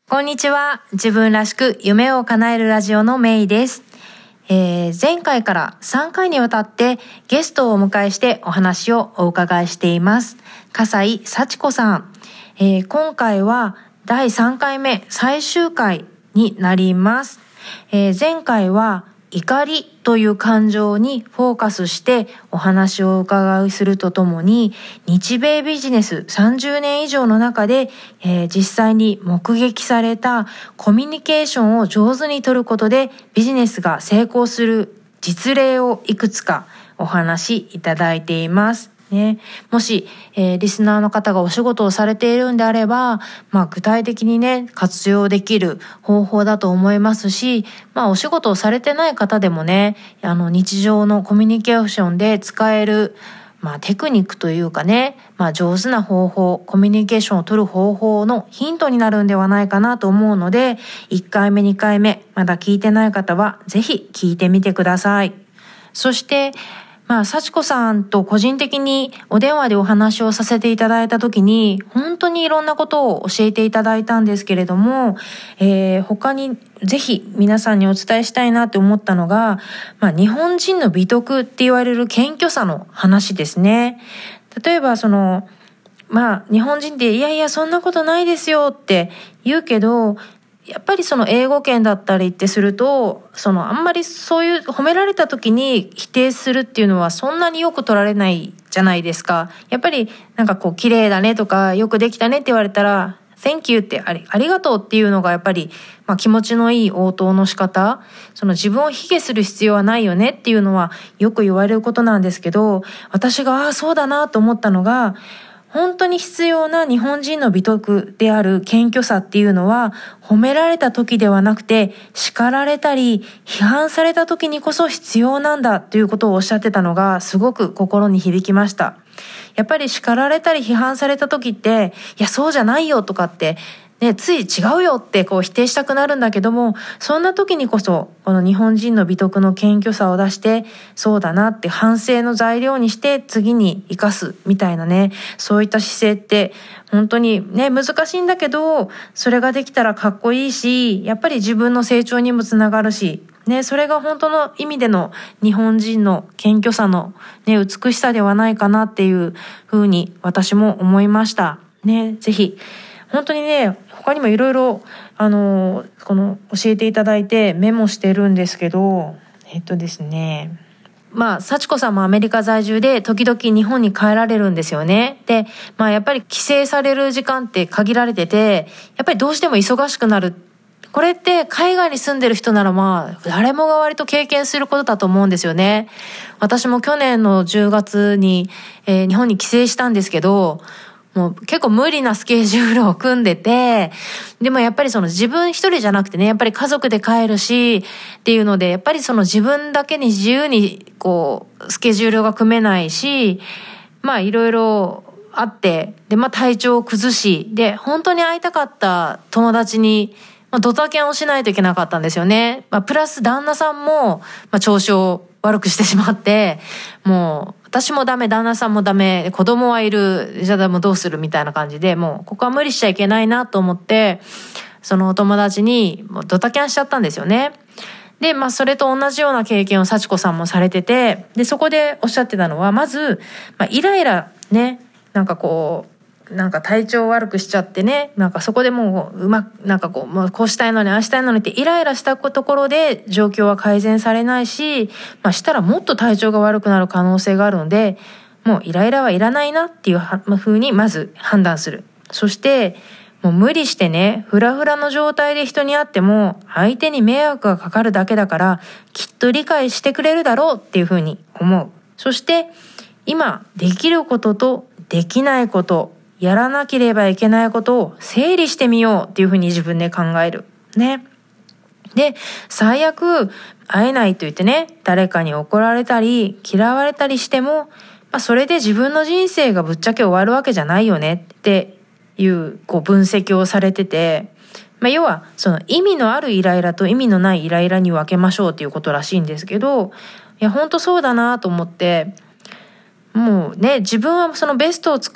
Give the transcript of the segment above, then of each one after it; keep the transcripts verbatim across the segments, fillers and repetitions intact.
こんにちは。自分らしく夢を叶えるラジオのメイです。えー、前回からさんかいにわたってゲストをお迎えしてお話をお伺いしています。笠井幸子さん。えー、今回はだいさんかいめ最終回になります。えー、前回は怒りという感情にフォーカスしてお話をお伺いするとともに、日米ビジネスさんじゅうねん以上の中で、えー、実際に目撃されたコミュニケーションを上手に取ることでビジネスが成功する実例をいくつかお話しいただいていますね。もし、えー、リスナーの方がお仕事をされているんであれば、まあ具体的にね、活用できる方法だと思いますし、まあお仕事をされてない方でもね、あの日常のコミュニケーションで使える、まあテクニックというかね、まあ上手な方法、コミュニケーションを取る方法のヒントになるんではないかなと思うので、いっかいめ、にかいめ、まだ聞いてない方はぜひ聞いてみてください。そして、まあ、幸子さんと個人的にお電話でお話をさせていただいたときに、本当にいろんなことを教えていただいたんですけれども、えー、他にぜひ皆さんにお伝えしたいなって思ったのが、まあ、日本人の美徳って言われる謙虚さの話ですね。例えば、その、まあ、日本人っていやいやそんなことないですよって言うけど、やっぱりその英語圏だったりってすると、そのあんまりそういう褒められた時に否定するっていうのはそんなによく取られないじゃないですか。やっぱりなんかこう綺麗だねとかよくできたねって言われたら Thank you ってあり、ありがとうっていうのがやっぱり、まあ、気持ちのいい応答の仕方。その自分を卑下する必要はないよねっていうのはよく言われることなんですけど、私がああそうだなと思ったのが、本当に必要な日本人の美徳である謙虚さっていうのは褒められた時ではなくて叱られたり批判された時にこそ必要なんだということをおっしゃってたのがすごく心に響きました。やっぱり叱られたり批判された時っていやそうじゃないよとかってね、つい違うよってこう否定したくなるんだけども、そんな時にこそこの日本人の美徳の謙虚さを出してそうだなって反省の材料にして次に生かすみたいなね、そういった姿勢って本当にね難しいんだけど、それができたらかっこいいし、やっぱり自分の成長にもつながるしね、それが本当の意味での日本人の謙虚さのね美しさではないかなっていうふうに私も思いましたね。ぜひ本当にね、他にもいろいろあのこの教えていただいてメモしてるんですけど、えっとですね、まあ幸子さんもアメリカ在住で時々日本に帰られるんですよね。で、まあやっぱり帰省される時間って限られてて、やっぱりどうしても忙しくなる。これって海外に住んでる人ならまあ誰もが割と経験することだと思うんですよね。私も去年のじゅうがつに、えー、日本に帰省したんですけど、もう結構無理なスケジュールを組んでて、でもやっぱりその自分一人じゃなくてね、やっぱり家族で帰るしっていうので、やっぱりその自分だけに自由にこうスケジュールが組めないし、まあいろいろあって、でまあ体調を崩し、で本当に会いたかった友達にまあ、ドタキャンをしないといけなかったんですよね。まあ、プラス旦那さんも、まあ、調子を悪くしてしまって、もう、私もダメ、旦那さんもダメ、子供はいる、じゃあもうどうするみたいな感じで、もう、ここは無理しちゃいけないなと思って、そのお友達に、もうドタキャンしちゃったんですよね。で、まあ、それと同じような経験を幸子さんもされてて、で、そこでおっしゃってたのは、まず、まあ、イライラね、なんかこう、なんか体調悪くしちゃってね、なんかそこでもううまく、なんかこう、もうこうしたいのにああしたいのにってイライラしたところで状況は改善されないし、まあしたらもっと体調が悪くなる可能性があるので、もうイライラはいらないなっていう風にまず判断する。そして、もう無理してね、フラフラの状態で人に会っても相手に迷惑がかかるだけだからきっと理解してくれるだろうっていう風に思う。そして今できることとできないこと、やらなければいけないことを整理してみようっていうふうに自分で考える。ね。で、最悪会えないと言ってね、誰かに怒られたり嫌われたりしても、まあ、それで自分の人生がぶっちゃけ終わるわけじゃないよねっていうこう分析をされてて、まあ、要はその意味のあるイライラと意味のないイライラに分けましょうっていうことらしいんですけど、いや本当そうだなと思って、もうね、自分はそのベストを尽くし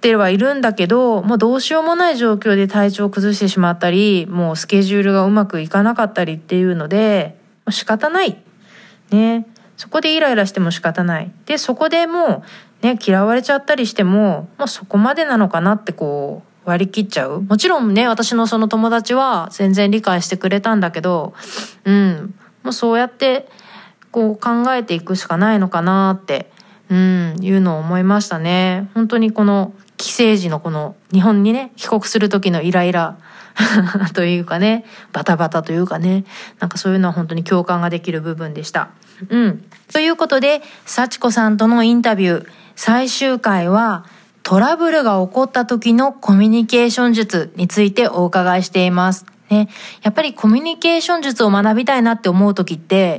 ってはいるんだけど、もうどうしようもない状況で体調を崩してしまったり、もうスケジュールがうまくいかなかったりっていうので、もう仕方ないね。そこでイライラしても仕方ない。で、そこでもうね、嫌われちゃったりしても、もうそこまでなのかなってこう割り切っちゃう。もちろんね、私のその友達は全然理解してくれたんだけど、うん、もうそうやってこう考えていくしかないのかなって、うん、いうのを思いましたね。本当にこの帰省時のこの日本にね、帰国する時のイライラというかね、バタバタというかね、なんかそういうのは本当に共感ができる部分でした。うん。ということで、幸子さんとのインタビュー、最終回はトラブルが起こった時のコミュニケーション術についてお伺いしています。ね、やっぱりコミュニケーション術を学びたいなって思う時って、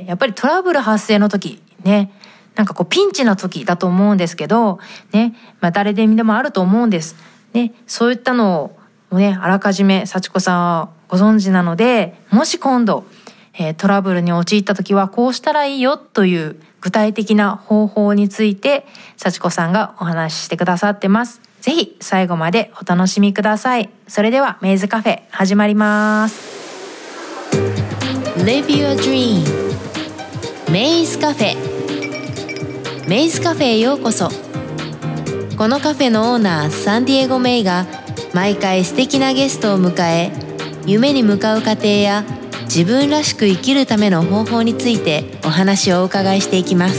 やっぱりトラブル発生の時、ね、なんかこうピンチの時だと思うんですけど、ね、まあ誰でもあると思うんです。ね、そういったのをね、あらかじめ幸子さんはご存知なので、もし今度、えー、トラブルに陥った時はこうしたらいいよという具体的な方法について幸子さんがお話ししてくださってます。ぜひ最後までお楽しみください。それではメイズカフェ始まります。 Live your dream メイズカフェ。メイズカフェへようこそ。このカフェのオーナーサンディエゴメイが毎回素敵なゲストを迎え、夢に向かう過程や自分らしく生きるための方法についてお話をお伺いしていきます。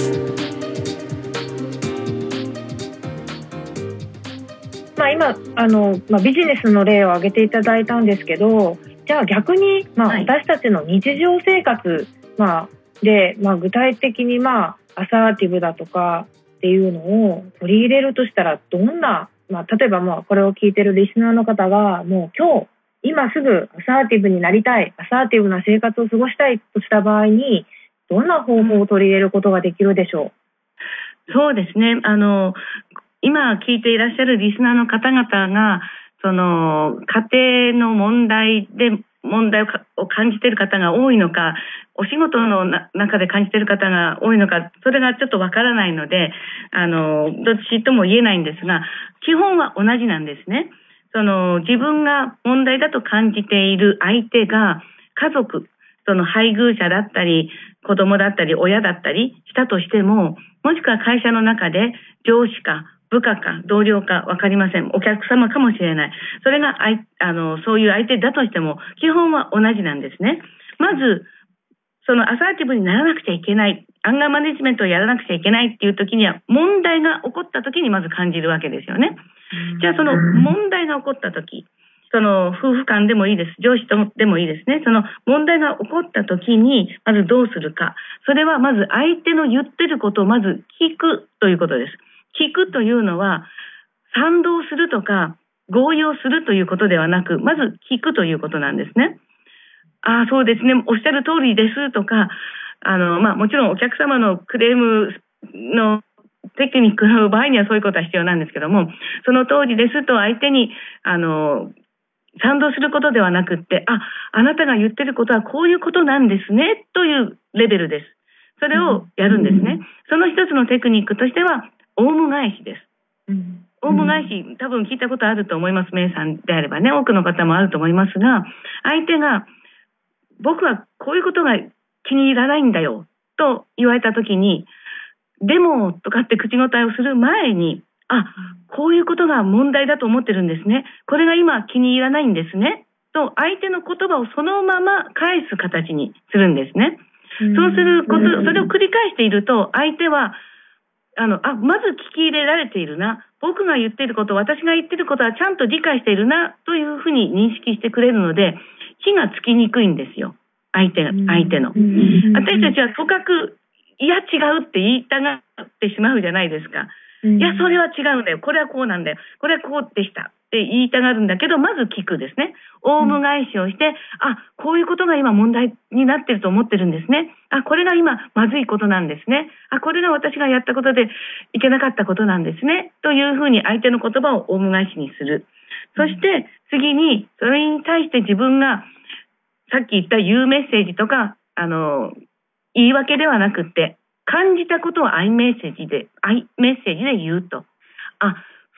まあ、今あの、まあ、ビジネスの例を挙げていただいたんですけど、じゃあ逆に、まあ、私たちの日常生活、まあ、で、まあ、具体的に、まあ、アサーティブだとかっていうのを取り入れるとしたらどんな、まあ、例えばまあこれを聞いてるリスナーの方がもう今日今すぐアサーティブになりたい、アサーティブな生活を過ごしたいとした場合にどんな方法を取り入れることができるでしょう。そうですね。あの今聞いていらっしゃるリスナーの方々がその家庭の問題で問題を感じている方が多いのか、お仕事の中で感じている方が多いのか、それがちょっとわからないので、あのどっちとも言えないんですが、基本は同じなんですね。その自分が問題だと感じている相手が家族、その配偶者だったり子供だったり親だったりしたとしても、もしくは会社の中で上司か部下か同僚か分かりません、お客様かもしれない、それがあいあのそういう相手だとしても基本は同じなんですね。まずそのアサーティブにならなくちゃいけない、アンガーマネジメントをやらなくちゃいけないっていう時には、問題が起こった時にまず感じるわけですよね。じゃあその問題が起こった時、その夫婦間でもいいです、上司とでもいいですね、その問題が起こった時にまずどうするか、それはまず相手の言ってることをまず聞くということです。聞くというのは賛同するとか合意をするということではなく、まず聞くということなんですね。ああ、そうですね、おっしゃる通りですとか、あの、まあ、もちろんお客様のクレームのテクニックの場合にはそういうことは必要なんですけども、その通りですと相手にあの賛同することではなくって、あ、あなたが言ってることはこういうことなんですねというレベルです。それをやるんですね。その一つのテクニックとしてはオウム返しです。オウム返し、多分聞いたことあると思います。メイさんであればね、多くの方もあると思いますが、相手が僕はこういうことが気に入らないんだよと言われたときに、でもとかって口答えをする前に、あ、こういうことが問題だと思ってるんですね、これが今気に入らないんですねと相手の言葉をそのまま返す形にするんですね。そうすること、それを繰り返していると相手はあのあまず聞き入れられているな、僕が言っていること、私が言っていることはちゃんと理解しているなというふうに認識してくれるので、火がつきにくいんですよ、相手が相手の。私たちはとかくいや違うって言いたがってしまうじゃないですか。いやそれは違うんだよ、これはこうなんだよ、これはこうでしたって言いたがるんだけど、まず聞くですね。オウム返しをして、あ、こういうことが今問題になってると思ってるんですね。あ、これが今まずいことなんですね。あ、これが私がやったことでいけなかったことなんですねというふうに相手の言葉をオウム返しにする。そして次にそれに対して自分がさっき言った言うメッセージとかあの言い訳ではなくって、感じたことをアイメッセージでアイメッセージで言うと、あ、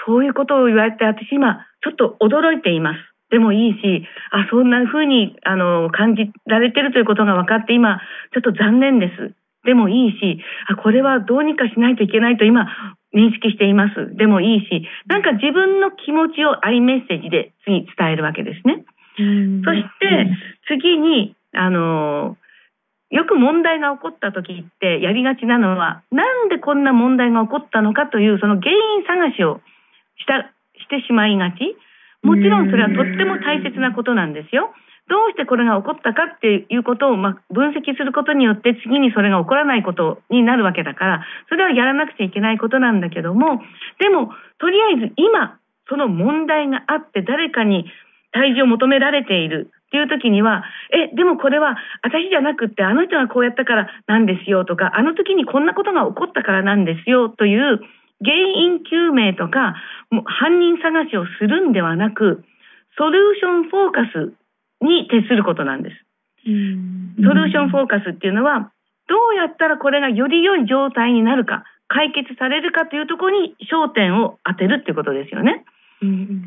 そういうことを言われて私今ちょっと驚いています。でもいいし、あ、そんな風にあの感じられてるということが分かって今ちょっと残念です。でもいいし、あ、これはどうにかしないといけないと今認識しています。でもいいし、なんか自分の気持ちをアイメッセージで次伝えるわけですね。そして次にあのよく問題が起こった時ってやりがちなのは、なんでこんな問題が起こったのかというその原因探しをしたしてしまいがち。もちろんそれはとっても大切なことなんですよ。どうしてこれが起こったかっていうことをまあ分析することによって次にそれが起こらないことになるわけだから、それはやらなくちゃいけないことなんだけども、でもとりあえず今その問題があって誰かに対峙を求められているっていう時には、え、でもこれは私じゃなくってあの人がこうやったからなんですよとか、あの時にこんなことが起こったからなんですよという原因究明とかもう犯人探しをするんではなく、ソリューションフォーカスに徹することなんです。うん、ソリューションフォーカスっていうのは、どうやったらこれがより良い状態になるか、解決されるかというところに焦点を当てるっていうことですよね。うん、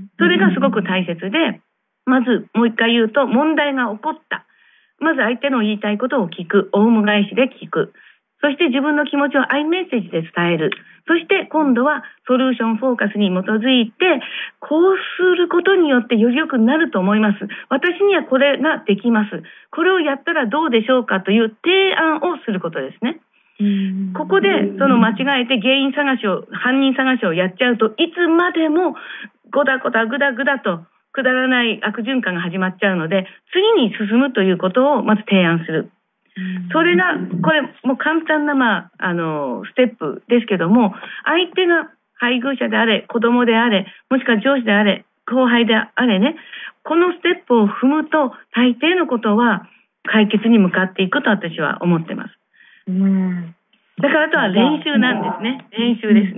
それがすごく大切で、まずもう一回言うと、問題が起こった。まず相手の言いたいことを聞く、オウム返しで聞く。そして自分の気持ちをアイメッセージで伝える。そして今度はソリューションフォーカスに基づいて、こうすることによってより良くなると思います。私にはこれができます。これをやったらどうでしょうかという提案をすることですね。ここでその間違えて原因探しを、犯人探しをやっちゃうと、いつまでもゴダゴダグダグダとくだらない悪循環が始まっちゃうので、次に進むということをまず提案する。それがこれもう簡単な、まあ、あのステップですけども、相手が配偶者であれ、子供であれ、もしくは上司であれ、後輩であれね、このステップを踏むと大抵のことは解決に向かっていくと私は思ってます。うん、だからあとは練習なんですね。練習です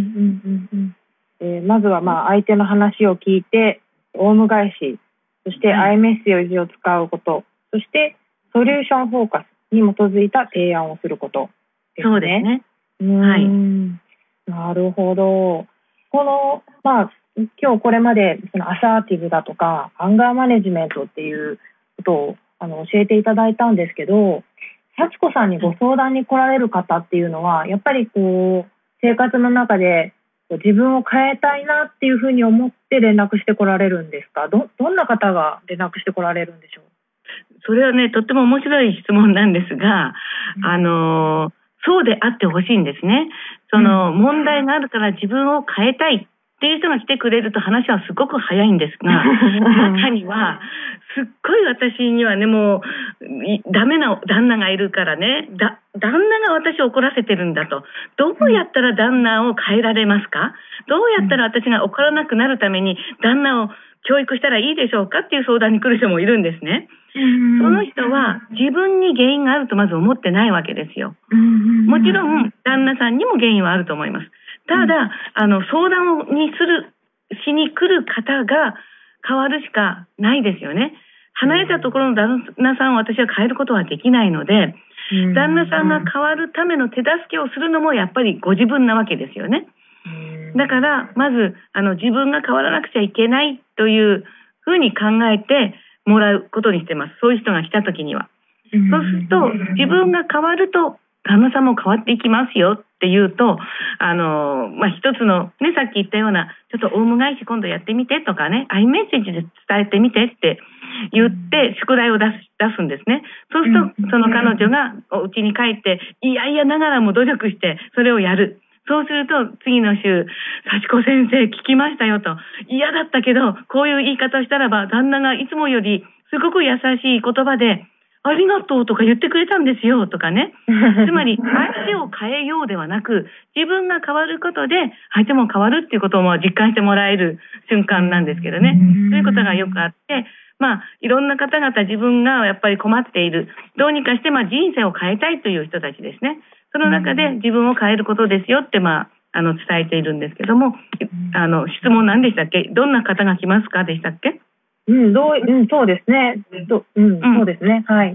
ね。まずはまあ相手の話を聞いてオウム返し、そしてアイメッセージを使うこと、はい、そしてソリューションフォーカスに基づいた提案をすることですね。 そうですね。 はい。なるほど。この、まあ、今日これまでそのアサーティブだとかアンガーマネジメントっていうことをあの教えていただいたんですけど、幸子さんにご相談に来られる方っていうのは、やっぱりこう生活の中で自分を変えたいなっていうふうに思って連絡して来られるんですか？ど、どんな方が連絡して来られるんでしょう？ それはね、とっても面白い質問なんですが、うん、あのそうであってほしいんですね。その、うん、問題があるから自分を変えたいっていう人が来てくれると話はすごく早いんですが、中にはすっごい私にはね、もうダメな旦那がいるからね、だ旦那が私を怒らせてるんだと、どうやったら旦那を変えられますか、どうやったら私が怒らなくなるために旦那を教育したらいいでしょうかっていう相談に来る人もいるんですね。その人は自分に原因があるとまず思ってないわけですよ。もちろん旦那さんにも原因はあると思います。ただあの相談にするしに来る方が変わるしかないですよね。離れたところの旦那さんを私は変えることはできないので、旦那さんが変わるための手助けをするのもやっぱりご自分なわけですよね。だからまずあの自分が変わらなくちゃいけないというふうに考えてもらうことにしてます。そういう人が来た時には。そうすると自分が変わると旦那さんも変わっていきますよっていうと、あの、まあ、一つのね、さっき言ったようなちょっとオウム返し今度やってみてとかね、アイメッセージで伝えてみてって言って宿題を出す、出すんですね。そうするとその彼女がお家に帰っていやいやながらも努力してそれをやる。そうすると次の週、幸子先生聞きましたよと、嫌だったけどこういう言い方をしたらば旦那がいつもよりすごく優しい言葉でありがとうとか言ってくれたんですよとかね。つまり相手を変えようではなく、自分が変わることで相手も変わるっていうことも実感してもらえる瞬間なんですけどね。そういうことがよくあって、まあいろんな方々自分がやっぱり困っている、どうにかしてまあ人生を変えたいという人たちですね。その中で自分を変えることですよってまああの伝えているんですけども、あの質問何でしたっけ？どんな方が来ますかでしたっけ？ うん、どう、うん、そうですね。ど、うん、そうですね。はい。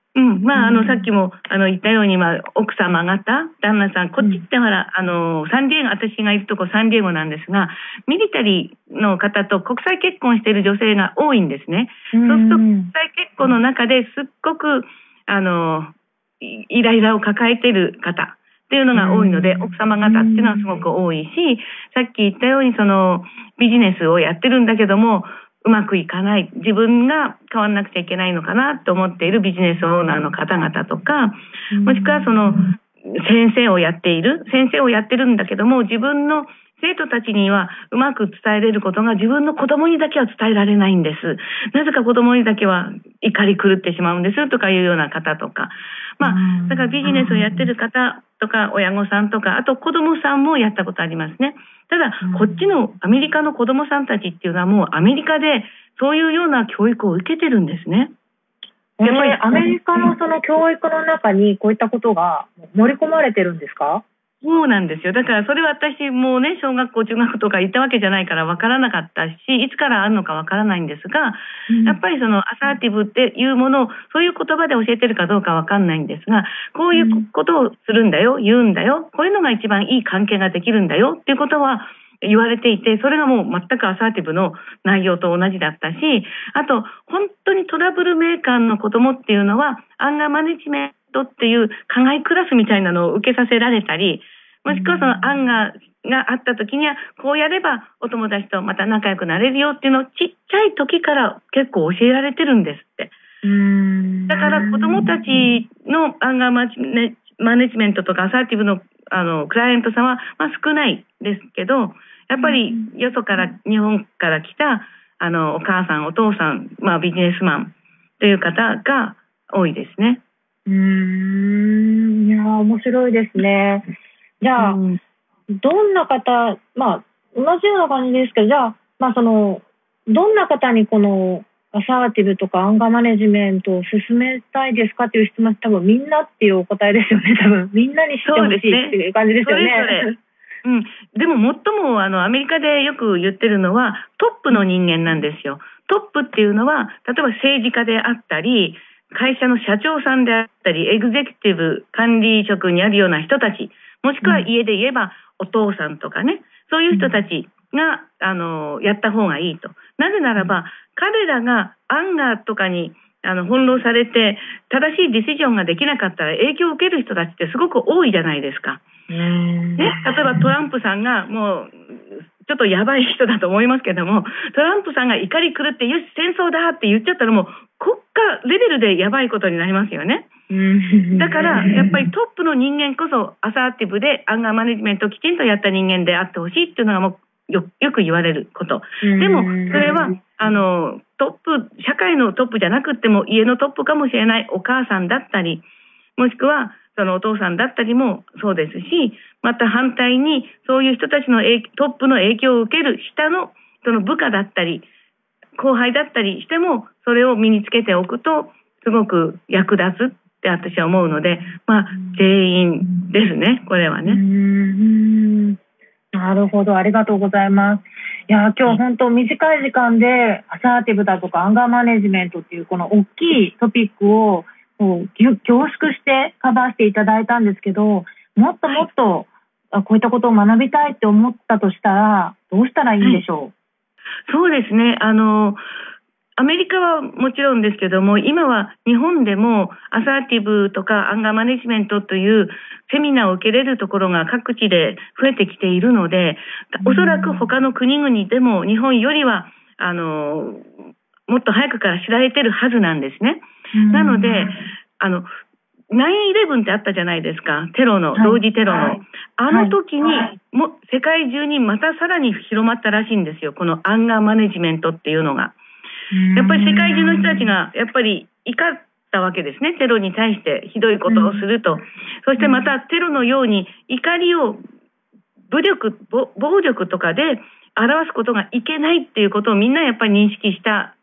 うん、まあ、あの、さっきも、あの、言ったように、まあ、奥様方、旦那さん、こっちってほら、あの、サンディエゴ、私がいるとこサンディエゴなんですが、ミリタリーの方と国際結婚している女性が多いんですね。そうすると、国際結婚の中ですっごく、あの、イライラを抱えている方っていうのが多いので、奥様方っていうのはすごく多いし、さっき言ったように、その、ビジネスをやってるんだけども、うまくいかない、自分が変わらなくちゃいけないのかなと思っているビジネスオーナーの方々とか、もしくはその先生をやっている先生をやってるんだけども、自分の生徒たちにはうまく伝えれることが自分の子供にだけは伝えられないんです。なぜか子供にだけは怒り狂ってしまうんですとかいうような方とか、まあ、だからビジネスをやってる方とか親御さんとか、あと子供さんもやったことありますね。ただ、こっちのアメリカの子供さんたちっていうのはもうアメリカでそういうような教育を受けてるんですね。 やっぱりアメリカのその教育の中にこういったことが盛り込まれてるんですか？ そうなんですよ。だからそれは私もね、小学校中学校とか行ったわけじゃないから分からなかったし、いつからあるのか分からないんですが、うん、やっぱりそのアサーティブっていうものをそういう言葉で教えてるかどうか分かんないんですが、こういうことをするんだよ、言うんだよ、こういうのが一番いい関係ができるんだよっていうことは言われていて、それがもう全くアサーティブの内容と同じだったし、あと本当にトラブルメーカーの子供っていうのはアンガーマネジメントっていう課外クラスみたいなのを受けさせられたり、もしくはそのアンガーがあった時にはこうやればお友達とまた仲良くなれるよっていうのをちっちゃい時から結構教えられてるんですって。うーん、だから子供たちのアンガーマネ、マネジメントとかアサーティブのあのクライアントさんは、まあ、少ないですけど、やっぱりよそから日本から来たあのお母さんお父さん、まあ、ビジネスマンという方が多いですね。 うーん、いや面白いですね。じゃあ、うん、どんな方、まあ同じような感じですけど、じゃあ、まあ、そのどんな方にこのアサーティブとかアンガーマネジメントを進めたいですかっていう質問、多分みんなっていうお答えですよね。多分みんなに知ってほしいっていう感じですよね。 それそれうん、でも最もあのアメリカでよく言ってるのはトップの人間なんですよ。トップっていうのは例えば政治家であったり会社の社長さんであったりエグゼクティブ管理職にあるような人たち、もしくは家で言えばお父さんとかね、そういう人たちがあのやった方がいいと。なぜならば彼らがアンガーとかにあの翻弄されて正しいディシジョンができなかったら影響を受ける人たちってすごく多いじゃないですか。ね、例えばトランプさんがもうちょっとやばい人だと思いますけども、トランプさんが怒り狂ってよし戦争だって言っちゃったらもう国家レベルでやばいことになりますよね。だからやっぱりトップの人間こそアサーティブでアンガーマネジメントをきちんとやった人間であってほしいっていうのがもう よ, よく言われること。でもそれはあのトップ社会のトップじゃなくっても家のトップかもしれないお母さんだったり、もしくはそのお父さんだったりもそうですし、また反対にそういう人たちのトップの影響を受ける下のその部下だったり後輩だったりしてもそれを身につけておくとすごく役立つって私は思うので、まあ全員ですね、これはね。うーん、なるほど、ありがとうございます。いや今日本当短い時間でアサーティブだとかアンガーマネジメントっていうこの大きいトピックをこう凝縮してカバーしていただいたんですけど、もっともっと、はい、こういったことを学びたいって思ったとしたらどうしたらいいんでしょう？はい、 そうですね、あのアメリカはもちろんですけども、今は日本でもアサーティブとかアンガーマネジメントというセミナーを受けれるところが各地で増えてきているので、おそらく他の国々でも日本よりはあのもっと早くから知られてるはずなんですね。なのであのナインイレブンってあったじゃないですか、テロの、はい、同時テロの、はい、あの時に、はい、も世界中にまたさらに広まったらしいんですよ、このアンガーマネジメントっていうのが。やっぱり世界中の人たちがやっぱり怒ったわけですね、テロに対してひどいことをすると。そしてまたテロのように怒りを武力、暴力とかで表すことがいけないっていうことをみんなやっぱり認識した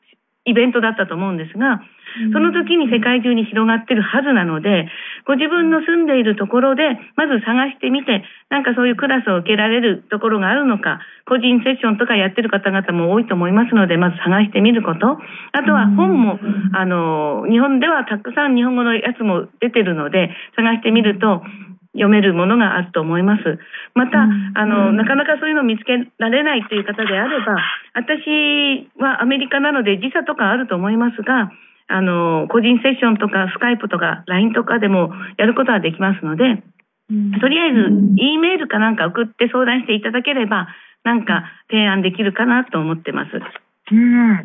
イベントだったと思うんですが、その時に世界中に広がってるはずなので、ご自分の住んでいるところでまず探してみて、なんかそういうクラスを受けられるところがあるのか、個人セッションとかやってる方々も多いと思いますので、まず探してみること。あとは本も、あの、日本ではたくさん日本語のやつも出てるので、探してみると、読めるものがあると思います。また、あの、なかなかそういうのを見つけられないという方であれば、私はアメリカなので時差とかあると思いますが、あの、個人セッションとかスカイプとか ライン とかでもやることはできますので、とりあえず E メールかなんか送って相談していただければ、なんか提案できるかなと思ってます。 うん。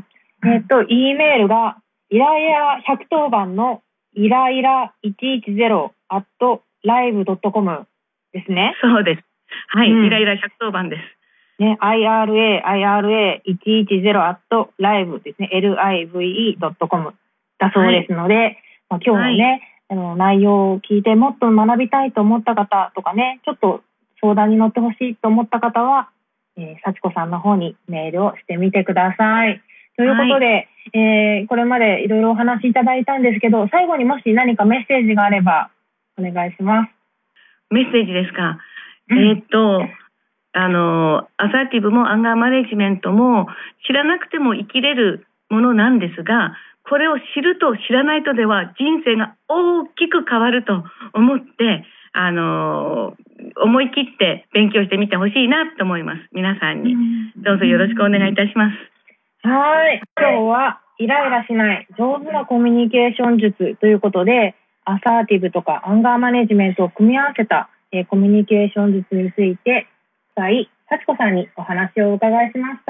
えっと、E メールが、イライラひゃくとおばんのイライラいちいちゼロ アット ライブ ドットコム ですね。 そうです。はい、 うん、 イライラひゃくとおばんです。 ね、アイアールエー、アイアールエーいちいちゼロ アット ライブ ですね。ライブ ドットコム だそうですので、はい、まあ、今日のね、はい、あの内容を聞いてもっと学びたいと思った方とかね、ちょっと相談に乗ってほしいと思った方は、えー、幸子さんの方にメールをしてみてください。ということで、はい、えー、これまでいろいろお話しいただいたんですけど、最後にもし何かメッセージがあればお願いします。 メッセージですか。うん、えー、っと、あの、アサーティブもアンガーマネジメントも知らなくても生きれるものなんですが、これを知ると知らないとでは人生が大きく変わると思って、あの、思い切って勉強してみてほしいなと思います。皆さんに。どうぞよろしくお願いいたします。 はい。今日はイライラしない上手なコミュニケーション術ということで、アサーティブとかアンガーマネジメントを組み合わせた、えー、コミュニケーション術について、幸子さんにお話をお伺いしました。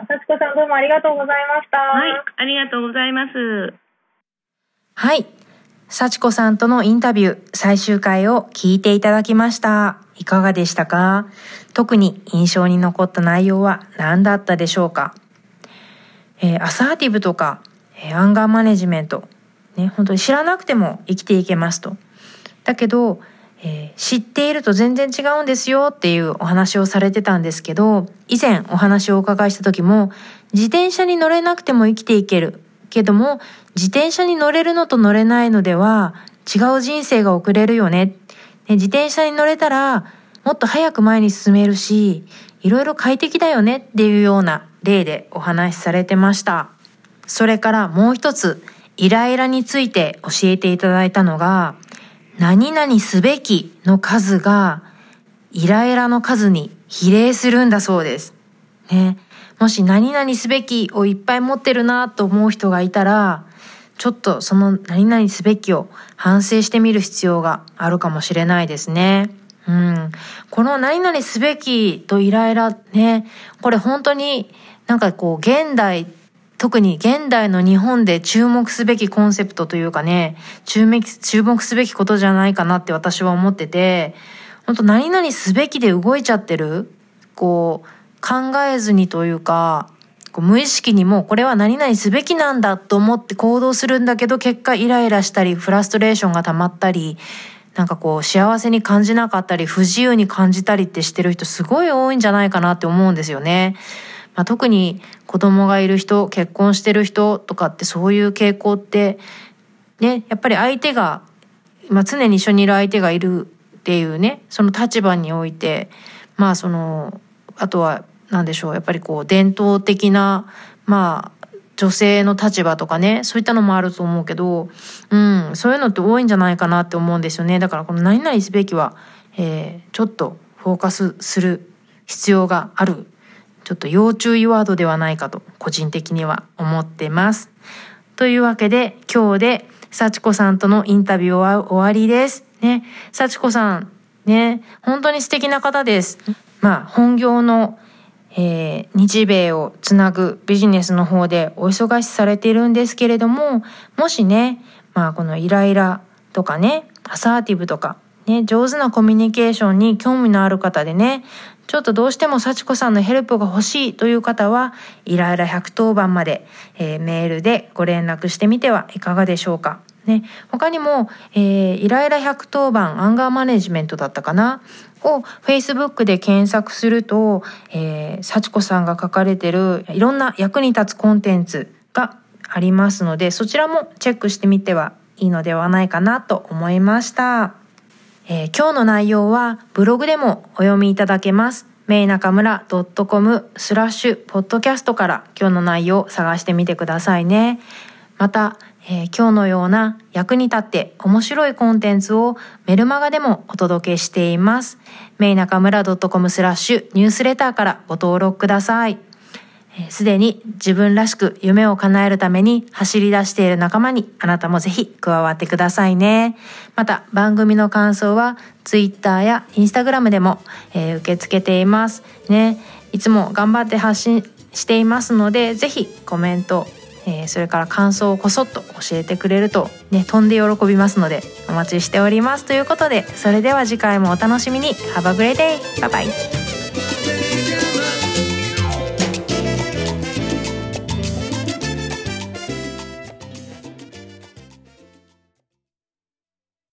幸子さんどうもありがとうございました。 はい、ありがとうございます。 はい。幸子さんとのインタビュー最終回を聞いていただきました。いかがでしたか？特に印象に残った内容は何だったでしょうか？えー、アサーティブとか、えー、アンガーマネジメント、ね、本当に知らなくても生きていけますと。だけど、えー、知っていると全然違うんですよっていうお話をされてたんですけど、以前お話をお伺いした時も、自転車に乗れなくても生きていけるけども、自転車に乗れるのと乗れないのでは違う人生が送れるよね。ね、自転車に乗れたらもっと早く前に進めるし、いろいろ快適だよねっていうような例でお話しされてました。それからもう一つ、イライラについて教えていただいたのが、何々すべきの数がイライラの数に比例するんだそうです。ね、もし何々すべきをいっぱい持ってるなと思う人がいたら、ちょっとその何々すべきを反省してみる必要があるかもしれないですね。うん、この何々すべきとイライラね、これ本当になんかこう現代、特に現代の日本で注目すべきコンセプトというかね、注目、注目すべきことじゃないかなって私は思ってて、本当何々すべきで動いちゃってる、こう考えずにというか、こう無意識にもこれは何々すべきなんだと思って行動するんだけど、結果イライラしたりフラストレーションが溜まったり、なんかこう幸せに感じなかったり不自由に感じたりってしてる人すごい多いんじゃないかなって思うんですよね。まあ、特に子供がいる人、結婚してる人とかってそういう傾向ってね、やっぱり相手が、まあ、常に一緒にいる相手がいるっていうね、その立場において、まあそのあとは何でしょう、やっぱりこう伝統的なまあ女性の立場とかね、そういったのもあると思うけど、うん、そういうのって多いんじゃないかなって思うんですよね。だからこの何々すべきは、えー、ちょっとフォーカスする必要がある、ちょっと要注意ワードではないかと個人的には思ってます。というわけで今日で幸子さんとのインタビューは終わりですね。幸子さんね、本当に素敵な方です。まあ本業のえー、日米をつなぐビジネスの方でお忙しされているんですけれども、もしね、まあこのイライラとかね、アサーティブとかね、上手なコミュニケーションに興味のある方でね、ちょっとどうしても幸子さんのヘルプが欲しいという方は、イライラひゃくとおばんまで、えー、メールでご連絡してみてはいかがでしょうか。ね、他にも、えー、イライラひゃくとおばんアンガーマネジメントだったかなを Facebook で検索すると、えー、幸子さんが書かれてるいろんな役に立つコンテンツがありますので、そちらもチェックしてみてはいいのではないかなと思いました。えー、今日の内容はブログでもお読みいただけます。メイナカムラ .com スラッシュポッドキャストから今日の内容を探してみてくださいね。また、えー、今日のような役に立って面白いコンテンツをメルマガでもお届けしています。メイナカムラ .com スラッシュニュースレターからご登録ください。すでに自分らしく夢を叶えるために走り出している仲間にあなたもぜひ加わってくださいね。また番組の感想はツイッターやインスタグラムでも、えー、受け付けていますね。いつも頑張って発信していますので、ぜひコメント、えー、それから感想をこそっと教えてくれるとね、飛んで喜びますのでお待ちしております。ということで、それでは次回もお楽しみに。Have a great day! バイバイ。